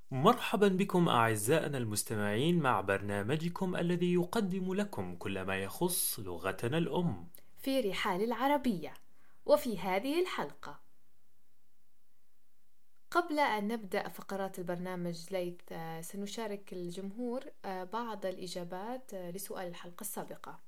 مرحبا بكم أعزائنا المستمعين مع برنامجكم الذي يقدم لكم كل ما يخص لغتنا الأم. في رحال العربية. وفي هذه الحلقة، قبل أن نبدأ فقرات البرنامج ليث، سنشارك الجمهور بعض الإجابات لسؤال الحلقة السابقة.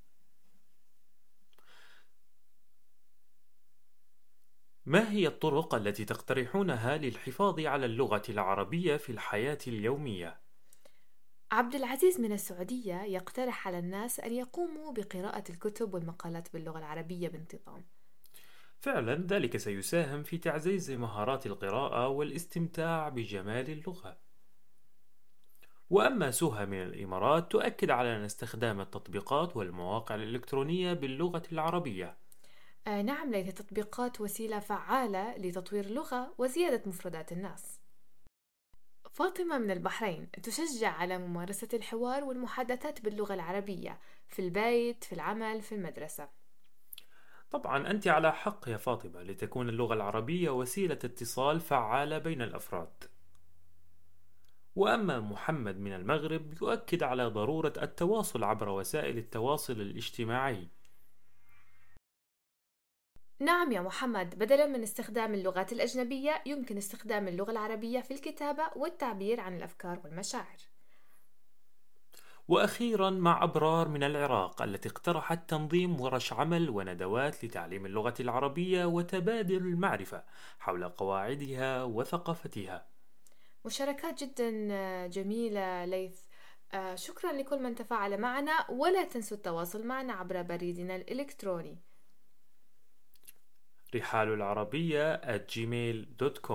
ما هي الطرق التي تقترحونها للحفاظ على اللغة العربية في الحياة اليومية؟ عبد العزيز من السعودية يقترح على الناس أن يقوموا بقراءة الكتب والمقالات باللغة العربية بانتظام. فعلا ذلك سيساهم في تعزيز مهارات القراءة والاستمتاع بجمال اللغة. وأما سهى من الإمارات تؤكد على أن استخدام التطبيقات والمواقع الإلكترونية باللغة العربية. نعم، ليث، التطبيقات وسيلة فعالة لتطوير اللغة وزيادة مفردات الناس. فاطمة من البحرين تشجع على ممارسة الحوار والمحادثات باللغة العربية في البيت، في العمل، في المدرسة. طبعا أنت على حق يا فاطمة، لتكون اللغة العربية وسيلة اتصال فعالة بين الأفراد. وأما محمد من المغرب يؤكد على ضرورة التواصل عبر وسائل التواصل الاجتماعي. نعم يا محمد، بدلا من استخدام اللغات الأجنبية يمكن استخدام اللغة العربية في الكتابة والتعبير عن الأفكار والمشاعر. وأخيرا مع أبرار من العراق التي اقترحت تنظيم ورش عمل وندوات لتعليم اللغة العربية وتبادل المعرفة حول قواعدها وثقافتها. مشاركات جدا جميلة ليث. شكرا لكل من تفاعل معنا، ولا تنسوا التواصل معنا عبر بريدنا الإلكتروني. رحال العربية @gmail.com.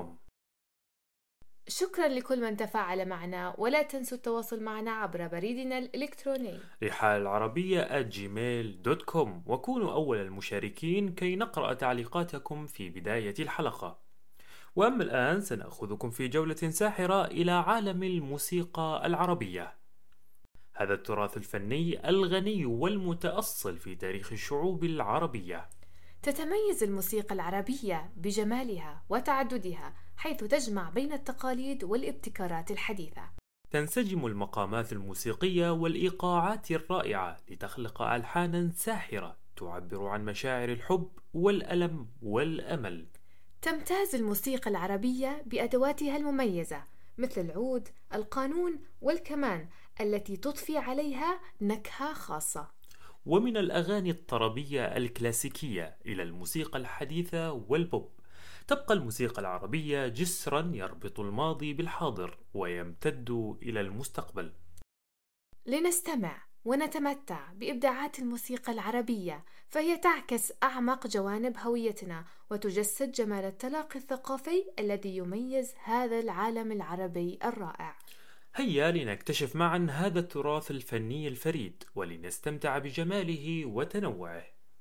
شكرا لكل من تفاعل معنا، ولا تنسوا التواصل معنا عبر بريدنا الإلكتروني. رحال العربية @gmail.com، وكونوا أول المشاركين كي نقرأ تعليقاتكم في بداية الحلقة. وأما الآن سنأخذكم في جولة ساحرة إلى عالم الموسيقى العربية، هذا التراث الفني الغني والمتأصل في تاريخ الشعوب العربية. تتميز الموسيقى العربية بجمالها وتعددها، حيث تجمع بين التقاليد والابتكارات الحديثة. تنسجم المقامات الموسيقية والإيقاعات الرائعة لتخلق ألحانا ساحرة تعبر عن مشاعر الحب والألم والأمل. تمتاز الموسيقى العربية بأدواتها المميزة، مثل العود، القانون والكمان، التي تضفي عليها نكهة خاصة. ومن الأغاني الطربية الكلاسيكية إلى الموسيقى الحديثة والبوب، تبقى الموسيقى العربية جسرا يربط الماضي بالحاضر ويمتد إلى المستقبل. لنستمع ونتمتع بإبداعات الموسيقى العربية، فهي تعكس أعمق جوانب هويتنا وتجسد جمال التلاقي الثقافي الذي يميز هذا العالم العربي الرائع. هيا لنكتشف معا هذا التراث الفني الفريد ولنستمتع بجماله وتنوعه.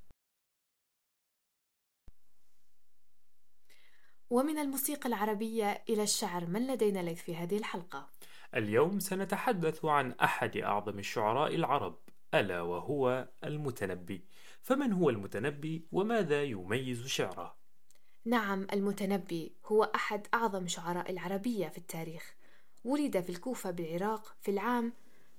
ومن الموسيقى العربية إلى الشعر، من لدينا ليث في هذه الحلقة؟ اليوم سنتحدث عن أحد أعظم الشعراء العرب، ألا وهو المتنبي. فمن هو المتنبي وماذا يميز شعره؟ نعم، المتنبي هو أحد أعظم شعراء العربية في التاريخ. ولد في الكوفة بالعراق في العام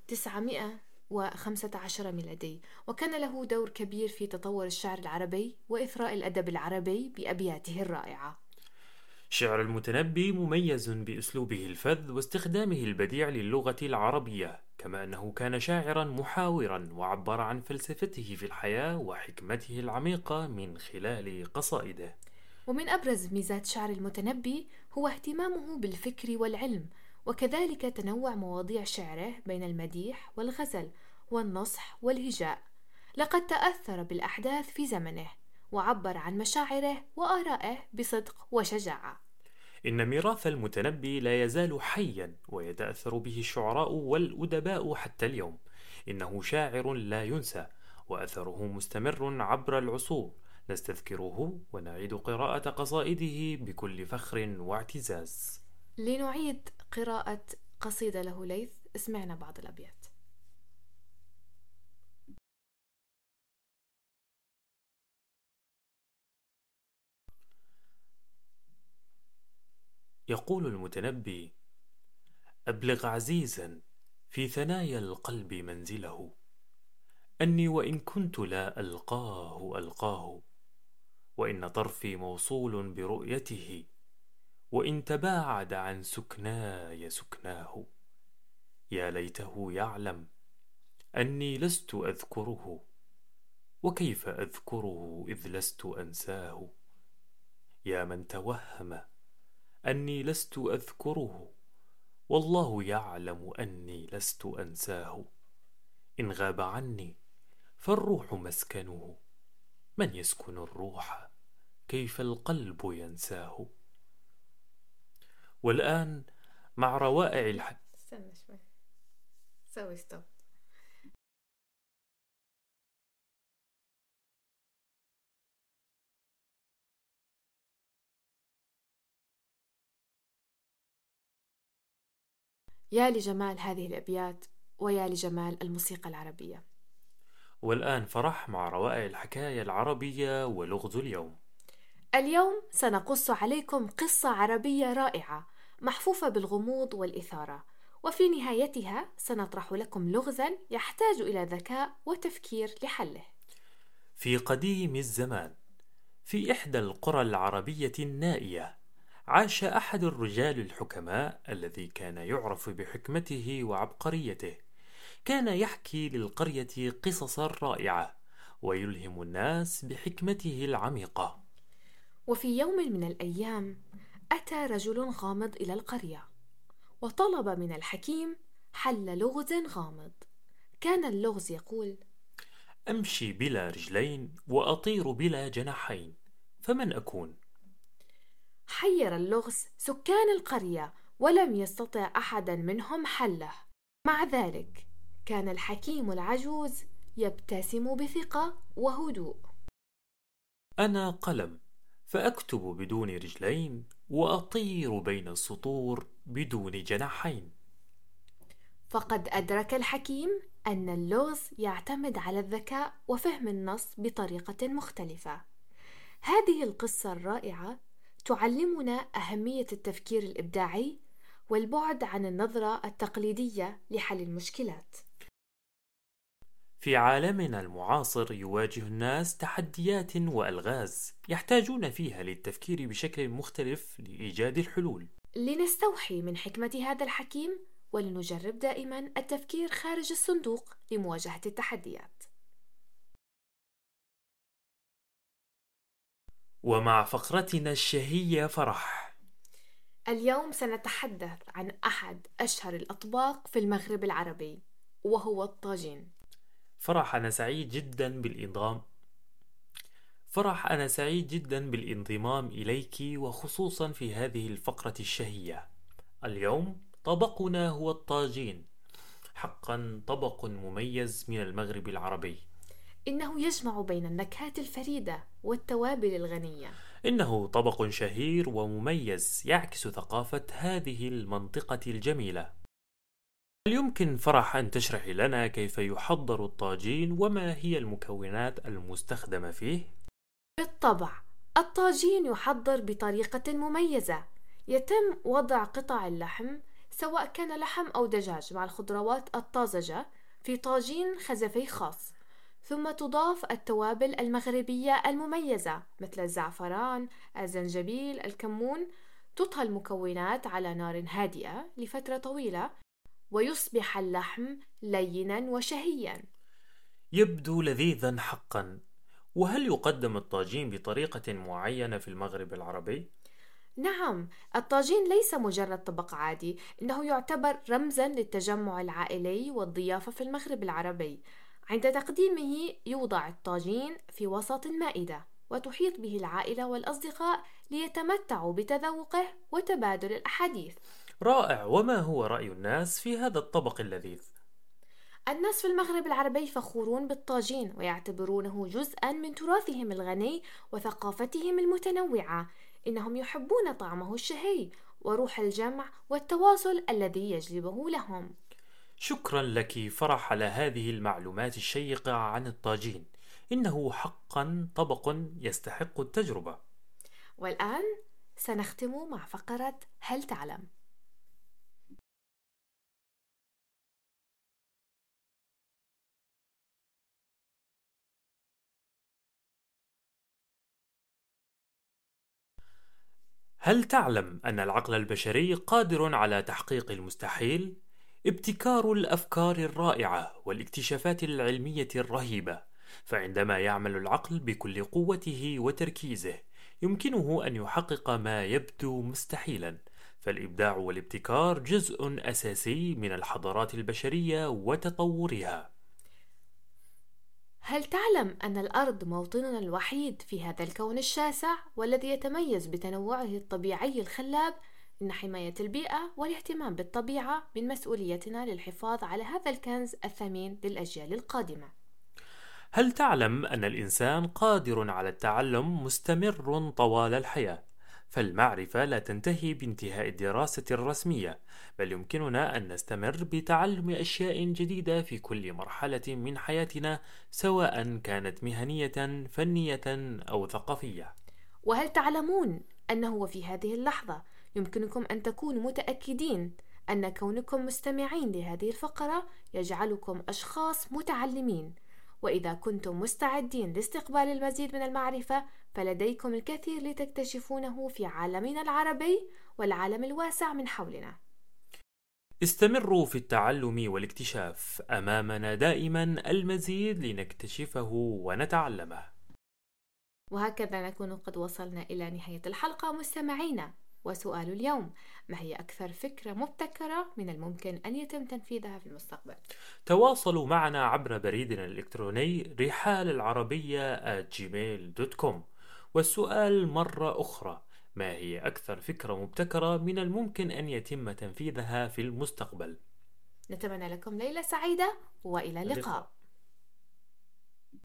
915 ميلادي، وكان له دور كبير في تطور الشعر العربي وإثراء الأدب العربي بأبياته الرائعة. شعر المتنبي مميز بأسلوبه الفذ واستخدامه البديع للغة العربية، كما أنه كان شاعرا محاورا وعبر عن فلسفته في الحياة وحكمته العميقة من خلال قصائده. ومن أبرز ميزات شعر المتنبي هو اهتمامه بالفكر والعلم، وكذلك تنوع مواضيع شعره بين المديح والغزل والنصح والهجاء. لقد تأثر بالأحداث في زمنه وعبر عن مشاعره وآرائه بصدق وشجاعة. إن ميراث المتنبي لا يزال حيا ويتأثر به الشعراء والأدباء حتى اليوم. إنه شاعر لا ينسى وأثره مستمر عبر العصور، نستذكره ونعيد قراءة قصائده بكل فخر واعتزاز. لنعيد قراءة قصيدة له ليث، اسمعنا بعض الأبيات. يقول المتنبي: أبلغ عزيزا في ثنايا القلب منزله، أني وإن كنت لا ألقاه، وإن طرفي موصول برؤيته، وإن تباعد عن سكناي سكناه. يا ليته يعلم أني لست أذكره، وكيف أذكره إذ لست أنساه. يا من توهم أني لست أذكره، والله يعلم أني لست أنساه. إن غاب عني فالروح مسكنه، من يسكن الروح كيف القلب ينساه. والآن مع روائع استنى شوي، سوي ستوب. يا لجمال هذه الأبيات، ويا لجمال الموسيقى العربية. والآن فرح مع روائع الحكاية العربية ولغز اليوم. اليوم سنقص عليكم قصة عربية رائعة محفوفة بالغموض والإثارة، وفي نهايتها سنطرح لكم لغزا يحتاج إلى ذكاء وتفكير لحله. في قديم الزمان، في إحدى القرى العربية النائية، عاش أحد الرجال الحكماء الذي كان يعرف بحكمته وعبقريته. كان يحكي للقرية قصصا رائعة، ويلهم الناس بحكمته العميقة. وفي يوم من الأيام أتى رجل غامض إلى القرية، وطلب من الحكيم حل لغز غامض. كان اللغز يقول: أمشي بلا رجلين وأطير بلا جناحين، فمن أكون؟ حير اللغز سكان القرية، ولم يستطع أحدا منهم حله. مع ذلك كان الحكيم العجوز يبتسم بثقة وهدوء. أنا قلم، فأكتب بدون رجلين، وأطير بين السطور بدون جناحين. فقد أدرك الحكيم أن اللغز يعتمد على الذكاء وفهم النص بطريقة مختلفة. هذه القصة الرائعة تعلمنا أهمية التفكير الإبداعي والبعد عن النظرة التقليدية لحل المشكلات. في عالمنا المعاصر يواجه الناس تحديات وألغاز يحتاجون فيها للتفكير بشكل مختلف لإيجاد الحلول. لنستوحي من حكمة هذا الحكيم، ولنجرب دائما التفكير خارج الصندوق لمواجهة التحديات. ومع فقرتنا الشهية فرح، اليوم سنتحدث عن أحد أشهر الأطباق في المغرب العربي، وهو الطاجين. فرح أنا سعيد جدا بالانضمام إليك، وخصوصا في هذه الفقرة الشهية. اليوم طبقنا هو الطاجين، حقا طبق مميز من المغرب العربي. إنه يجمع بين النكهات الفريدة والتوابل الغنية. إنه طبق شهير ومميز يعكس ثقافة هذه المنطقة الجميلة. هل يمكن فرح أن تشرحي لنا كيف يحضر الطاجين وما هي المكونات المستخدمة فيه؟ بالطبع، الطاجين يحضر بطريقة مميزة. يتم وضع قطع اللحم، سواء كان لحم أو دجاج، مع الخضروات الطازجة في طاجين خزفي خاص، ثم تضاف التوابل المغربية المميزة مثل الزعفران، الزنجبيل، الكمون. تطهى المكونات على نار هادئة لفترة طويلة، ويصبح اللحم لينا وشهيا. يبدو لذيذا حقا. وهل يقدم الطاجين بطريقة معينة في المغرب العربي؟ نعم، الطاجين ليس مجرد طبق عادي، إنه يعتبر رمزا للتجمع العائلي والضيافة في المغرب العربي. عند تقديمه يوضع الطاجين في وسط المائدة، وتحيط به العائلة والأصدقاء ليتمتعوا بتذوقه وتبادل الأحاديث. رائع. وما هو رأي الناس في هذا الطبق اللذيذ؟ الناس في المغرب العربي فخورون بالطاجين، ويعتبرونه جزءا من تراثهم الغني وثقافتهم المتنوعة. إنهم يحبون طعمه الشهي وروح الجمع والتواصل الذي يجلبه لهم. شكرا لك فرح على هذه المعلومات الشيقة عن الطاجين. إنه حقا طبق يستحق التجربة. والآن سنختم مع فقرة هل تعلم؟ هل تعلم أن العقل البشري قادر على تحقيق المستحيل؟ ابتكار الأفكار الرائعة والاكتشافات العلمية الرهيبة، فعندما يعمل العقل بكل قوته وتركيزه يمكنه أن يحقق ما يبدو مستحيلا، فالإبداع والابتكار جزء أساسي من الحضارات البشرية وتطورها. هل تعلم أن الأرض موطننا الوحيد في هذا الكون الشاسع والذي يتميز بتنوعه الطبيعي الخلاب؟ إن حماية البيئة والاهتمام بالطبيعة من مسؤوليتنا للحفاظ على هذا الكنز الثمين للأجيال القادمة. هل تعلم أن الإنسان قادر على التعلم مستمر طوال الحياة؟ فالمعرفة لا تنتهي بانتهاء الدراسة الرسمية، بل يمكننا أن نستمر بتعلم أشياء جديدة في كل مرحلة من حياتنا، سواء كانت مهنية، فنية أو ثقافية. وهل تعلمون أنه في هذه اللحظة يمكنكم أن تكونوا متأكدين أن كونكم مستمعين لهذه الفقرة يجعلكم أشخاص متعلمين؟ وإذا كنتم مستعدين لاستقبال المزيد من المعرفة فلديكم الكثير لتكتشفونه في عالمنا العربي والعالم الواسع من حولنا. استمروا في التعلم والاكتشاف، أمامنا دائما المزيد لنكتشفه ونتعلمه. وهكذا نكون قد وصلنا إلى نهاية الحلقة مستمعينا، وسؤال اليوم: ما هي أكثر فكرة مبتكرة من الممكن أن يتم تنفيذها في المستقبل؟ تواصلوا معنا عبر بريدنا الإلكتروني رحالالعربية@gmail.com. والسؤال مرة أخرى: ما هي أكثر فكرة مبتكرة من الممكن أن يتم تنفيذها في المستقبل؟ نتمنى لكم ليلة سعيدة وإلى اللقاء.